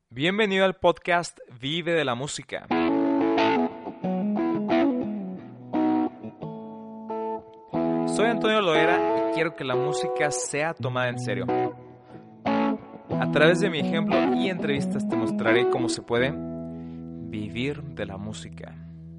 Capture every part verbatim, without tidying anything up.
Bienvenido al podcast Vive de la Música. Soy Antonio Loera y quiero que la música sea tomada en serio. A través de mi ejemplo y entrevistas te mostraré cómo se puede vivir de la música.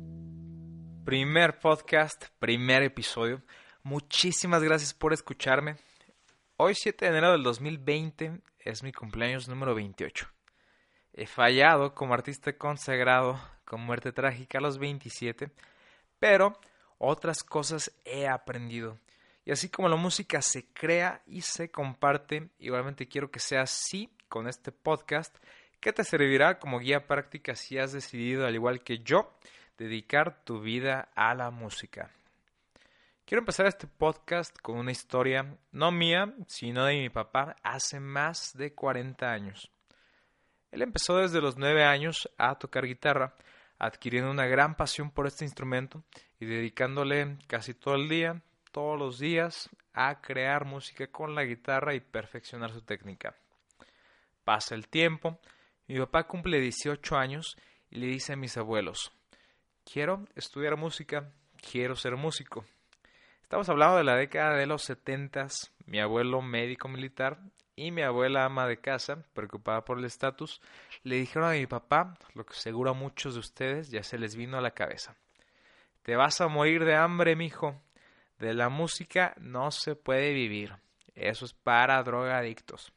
Primer podcast, primer episodio. Muchísimas gracias por escucharme. Hoy siete de enero del dos mil veinte es mi cumpleaños número veintiocho. He fallado como artista consagrado con muerte trágica a los veintisiete, pero otras cosas he aprendido. Y así como la música se crea y se comparte, igualmente quiero que sea así con este podcast, que te servirá como guía práctica si has decidido, al igual que yo, dedicar tu vida a la música. Quiero empezar este podcast con una historia, no mía, sino de mi papá, hace más de cuarenta años. Él empezó desde los nueve años a tocar guitarra, adquiriendo una gran pasión por este instrumento y dedicándole casi todo el día, todos los días, a crear música con la guitarra y perfeccionar su técnica. Pasa el tiempo, mi papá cumple dieciocho años y le dice a mis abuelos: quiero estudiar música, quiero ser músico. Estamos hablando de la década de los setentas, mi abuelo médico militar y mi abuela ama de casa, preocupada por el estatus, le dijeron a mi papá, lo que seguro a muchos de ustedes ya se les vino a la cabeza: te vas a morir de hambre, mijo. De la música no se puede vivir. Eso es para drogadictos.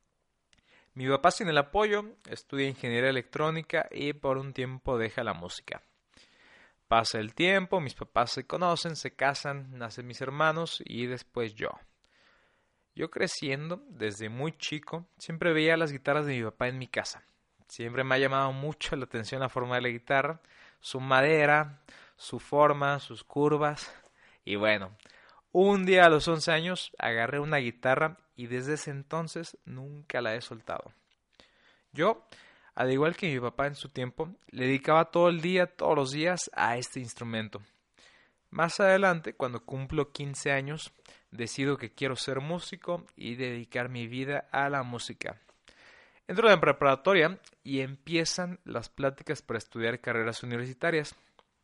Mi papá, sin el apoyo, estudia ingeniería electrónica y por un tiempo deja la música. Pasa el tiempo, mis papás se conocen, se casan, nacen mis hermanos y después yo. Yo creciendo, desde muy chico, siempre veía las guitarras de mi papá en mi casa. Siempre me ha llamado mucho la atención la forma de la guitarra, su madera, su forma, sus curvas. Y bueno, un día a los once años agarré una guitarra y desde ese entonces nunca la he soltado. Yo, al igual que mi papá en su tiempo, le dedicaba todo el día, todos los días a este instrumento. Más adelante, cuando cumplo quince años, decido que quiero ser músico y dedicar mi vida a la música. Entro en preparatoria y empiezan las pláticas para estudiar carreras universitarias.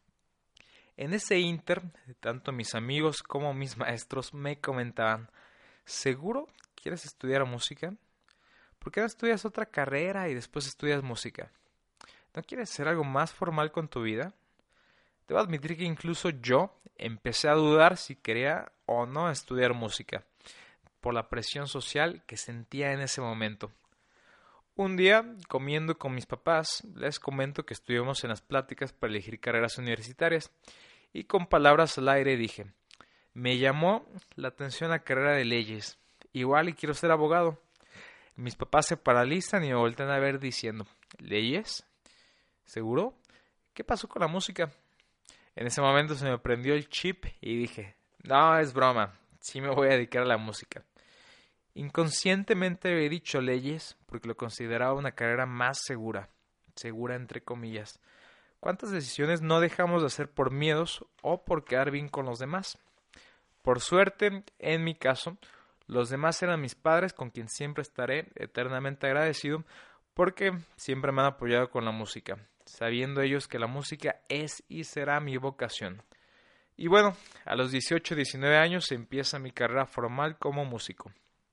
En ese inter, tanto mis amigos como mis maestros me comentaban: ¿seguro quieres estudiar música? ¿Por qué no estudias otra carrera y después estudias música? ¿No quieres hacer algo más formal con tu vida? Debo admitir que incluso yo empecé a dudar si quería o no estudiar música, por la presión social que sentía en ese momento. Un día, comiendo con mis papás, les comento que estuvimos en las pláticas para elegir carreras universitarias, y con palabras al aire dije: me llamó la atención la carrera de leyes, igual y quiero ser abogado. Mis papás se paralizan y me voltean a ver diciendo: ¿leyes? ¿Seguro? ¿Qué pasó con la música? En ese momento se me prendió el chip y dije: no, es broma, sí me voy a dedicar a la música. Inconscientemente había dicho leyes porque lo consideraba una carrera más segura, segura entre comillas. ¿Cuántas decisiones no dejamos de hacer por miedos o por quedar bien con los demás? Por suerte, en mi caso, los demás eran mis padres, con quien siempre estaré eternamente agradecido porque siempre me han apoyado con la música, sabiendo ellos que la música es y será mi vocación. Y bueno, a los dieciocho, diecinueve años empieza mi carrera formal como músico.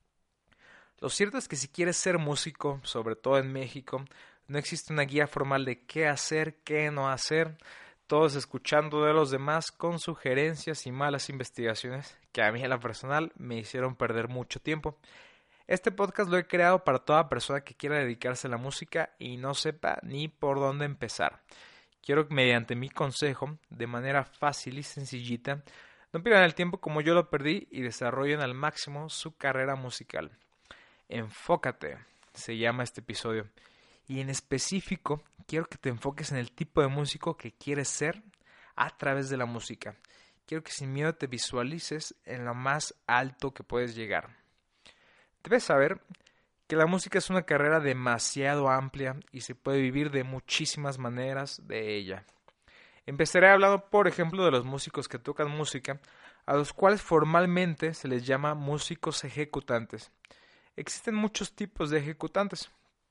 Lo cierto es que si quieres ser músico, sobre todo en México, no existe una guía formal de qué hacer, qué no hacer, todos escuchando de los demás con sugerencias y malas investigaciones que a mí en la personal me hicieron perder mucho tiempo. Este podcast lo he creado para toda persona que quiera dedicarse a la música y no sepa ni por dónde empezar. Quiero que mediante mi consejo, de manera fácil y sencillita, no pierdan el tiempo como yo lo perdí y desarrollen al máximo su carrera musical. Enfócate, se llama este episodio. Y en específico, quiero que te enfoques en el tipo de músico que quieres ser a través de la música. Quiero que sin miedo te visualices en lo más alto que puedes llegar. Debes saber que la música es una carrera demasiado amplia y se puede vivir de muchísimas maneras de ella. Empezaré hablando, por ejemplo, de los músicos que tocan música, a los cuales formalmente se les llama músicos ejecutantes. Existen muchos tipos de ejecutantes.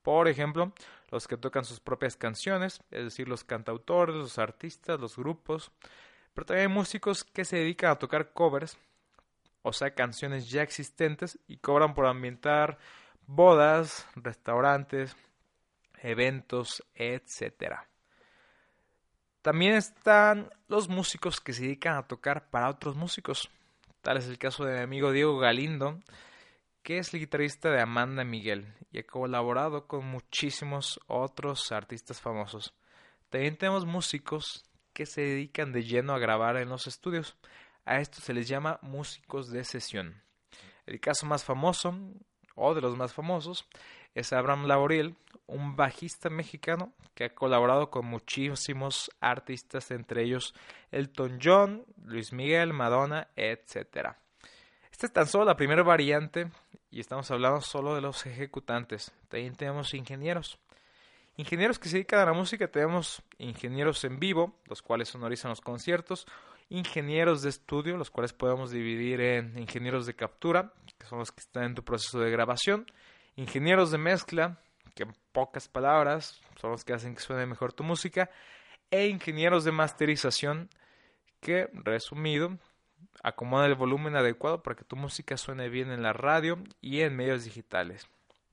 Por ejemplo, los que tocan sus propias canciones, es decir, los cantautores, los artistas, los grupos. Pero también hay músicos que se dedican a tocar covers, o sea, canciones ya existentes, y cobran por ambientar bodas, restaurantes, eventos, etcétera. También están los músicos que se dedican a tocar para otros músicos. Tal es el caso de mi amigo Diego Galindo, que es el guitarrista de Amanda Miguel y ha colaborado con muchísimos otros artistas famosos. También tenemos músicos que se dedican de lleno a grabar en los estudios. A estos se les llama músicos de sesión. El caso más famoso, o de los más famosos, es Abraham Laboriel, un bajista mexicano que ha colaborado con muchísimos artistas, entre ellos Elton John, Luis Miguel, Madonna, etcétera. Esta es tan solo la primera variante y estamos hablando solo de los ejecutantes. También tenemos ingenieros. Ingenieros que se dedican a la música, tenemos ingenieros en vivo, los cuales sonorizan los conciertos, ingenieros de estudio, los cuales podemos dividir en ingenieros de captura, que son los que están en tu proceso de grabación, ingenieros de mezcla, que en pocas palabras son los que hacen que suene mejor tu música, e ingenieros de masterización, que, resumido, acomodan el volumen adecuado para que tu música suene bien en la radio y en medios digitales.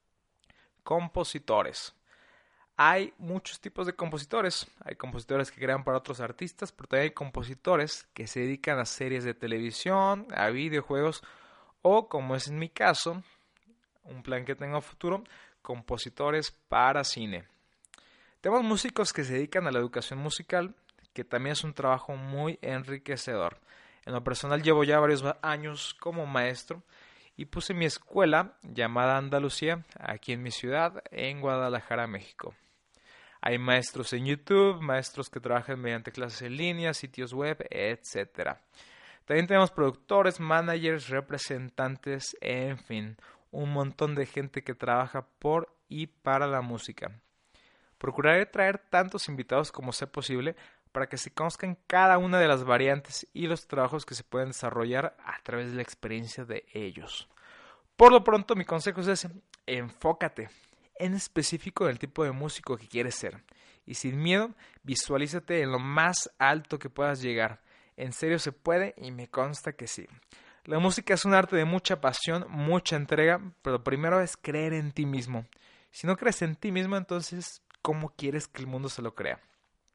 Compositores. Hay muchos tipos de compositores. Hay compositores que crean para otros artistas, pero también hay compositores que se dedican a series de televisión, a videojuegos o, como es en mi caso, un plan que tengo a futuro, compositores para cine. Tenemos músicos que se dedican a la educación musical, que también es un trabajo muy enriquecedor. En lo personal llevo ya varios años como maestro y puse mi escuela llamada Andalucía aquí en mi ciudad, en Guadalajara, México. Hay maestros en YouTube, maestros que trabajan mediante clases en línea, sitios web, etcétera. También tenemos productores, managers, representantes, en fin, un montón de gente que trabaja por y para la música. Procuraré traer tantos invitados como sea posible para que se conozcan cada una de las variantes y los trabajos que se pueden desarrollar a través de la experiencia de ellos. Por lo pronto, mi consejo es ese: enfócate en específico del tipo de músico que quieres ser. Y sin miedo, visualízate en lo más alto que puedas llegar. En serio se puede y me consta que sí. La música es un arte de mucha pasión, mucha entrega, pero primero es creer en ti mismo. Si no crees en ti mismo, entonces, ¿cómo quieres que el mundo se lo crea?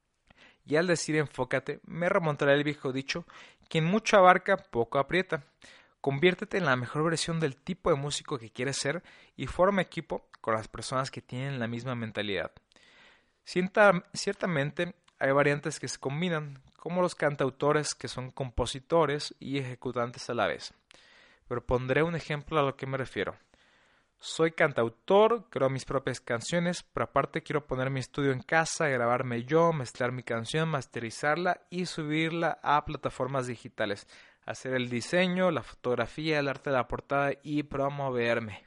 Y al decir enfócate, me remontaré al viejo dicho: quien mucho abarca, poco aprieta. Conviértete en la mejor versión del tipo de músico que quieres ser y forma equipo con las personas que tienen la misma mentalidad. Cierta, ciertamente hay variantes que se combinan, como los cantautores que son compositores y ejecutantes a la vez. Pero pondré un ejemplo a lo que me refiero. Soy cantautor, creo mis propias canciones, pero aparte quiero poner mi estudio en casa, grabarme yo, mezclar mi canción, masterizarla y subirla a plataformas digitales. Hacer el diseño, la fotografía, el arte de la portada y promoverme.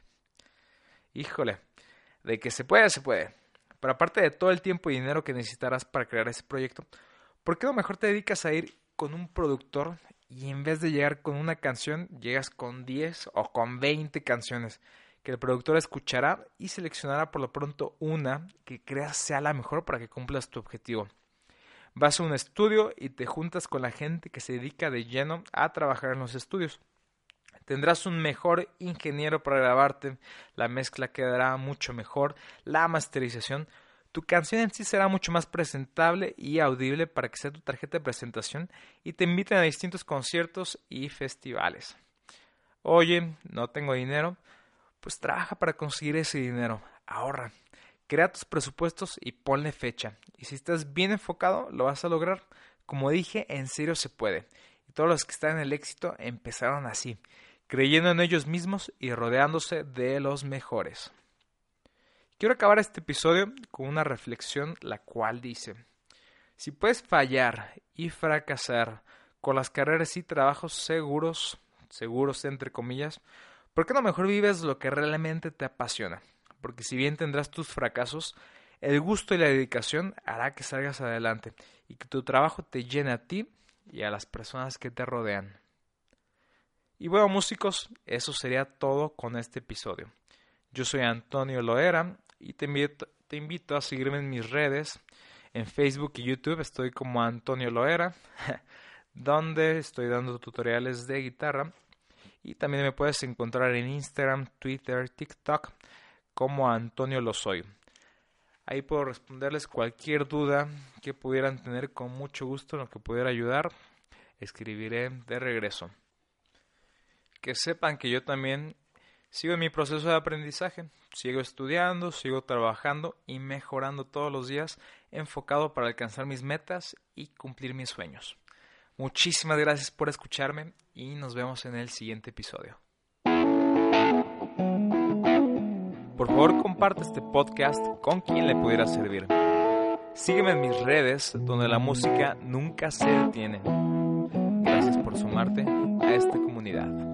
Híjole, de que se puede, se puede. Pero aparte de todo el tiempo y dinero que necesitarás para crear ese proyecto, ¿por qué no mejor te dedicas a ir con un productor y en vez de llegar con una canción, llegas con diez o con veinte canciones que el productor escuchará y seleccionará por lo pronto una que creas sea la mejor para que cumplas tu objetivo? Vas a un estudio y te juntas con la gente que se dedica de lleno a trabajar en los estudios. Tendrás un mejor ingeniero para grabarte, la mezcla quedará mucho mejor, la masterización. Tu canción en sí será mucho más presentable y audible para que sea tu tarjeta de presentación y te inviten a distintos conciertos y festivales. Oye, no tengo dinero, pues trabaja para conseguir ese dinero, ahorra. Crea tus presupuestos y ponle fecha. Y si estás bien enfocado, lo vas a lograr. Como dije, en serio se puede. Y todos los que están en el éxito empezaron así, creyendo en ellos mismos y rodeándose de los mejores. Quiero acabar este episodio con una reflexión, la cual dice: si puedes fallar y fracasar con las carreras y trabajos seguros, seguros entre comillas, ¿por qué no mejor vives lo que realmente te apasiona? Porque si bien tendrás tus fracasos, el gusto y la dedicación hará que salgas adelante y que tu trabajo te llene a ti y a las personas que te rodean. Y bueno, músicos, eso sería todo con este episodio. Yo soy Antonio Loera y te invito, te invito a seguirme en mis redes. En Facebook y YouTube estoy como Antonio Loera, donde estoy dando tutoriales de guitarra. Y también me puedes encontrar en Instagram, Twitter, TikTok como Antonio Lozoy. Ahí puedo responderles cualquier duda que pudieran tener con mucho gusto, en lo que pudiera ayudar. Escribiré de regreso. Que sepan que yo también sigo en mi proceso de aprendizaje. Sigo estudiando, sigo trabajando y mejorando todos los días, enfocado para alcanzar mis metas y cumplir mis sueños. Muchísimas gracias por escucharme y nos vemos en el siguiente episodio. Por favor, comparte este podcast con quien le pudiera servir. Sígueme en mis redes, donde la música nunca se detiene. Gracias por sumarte a esta comunidad.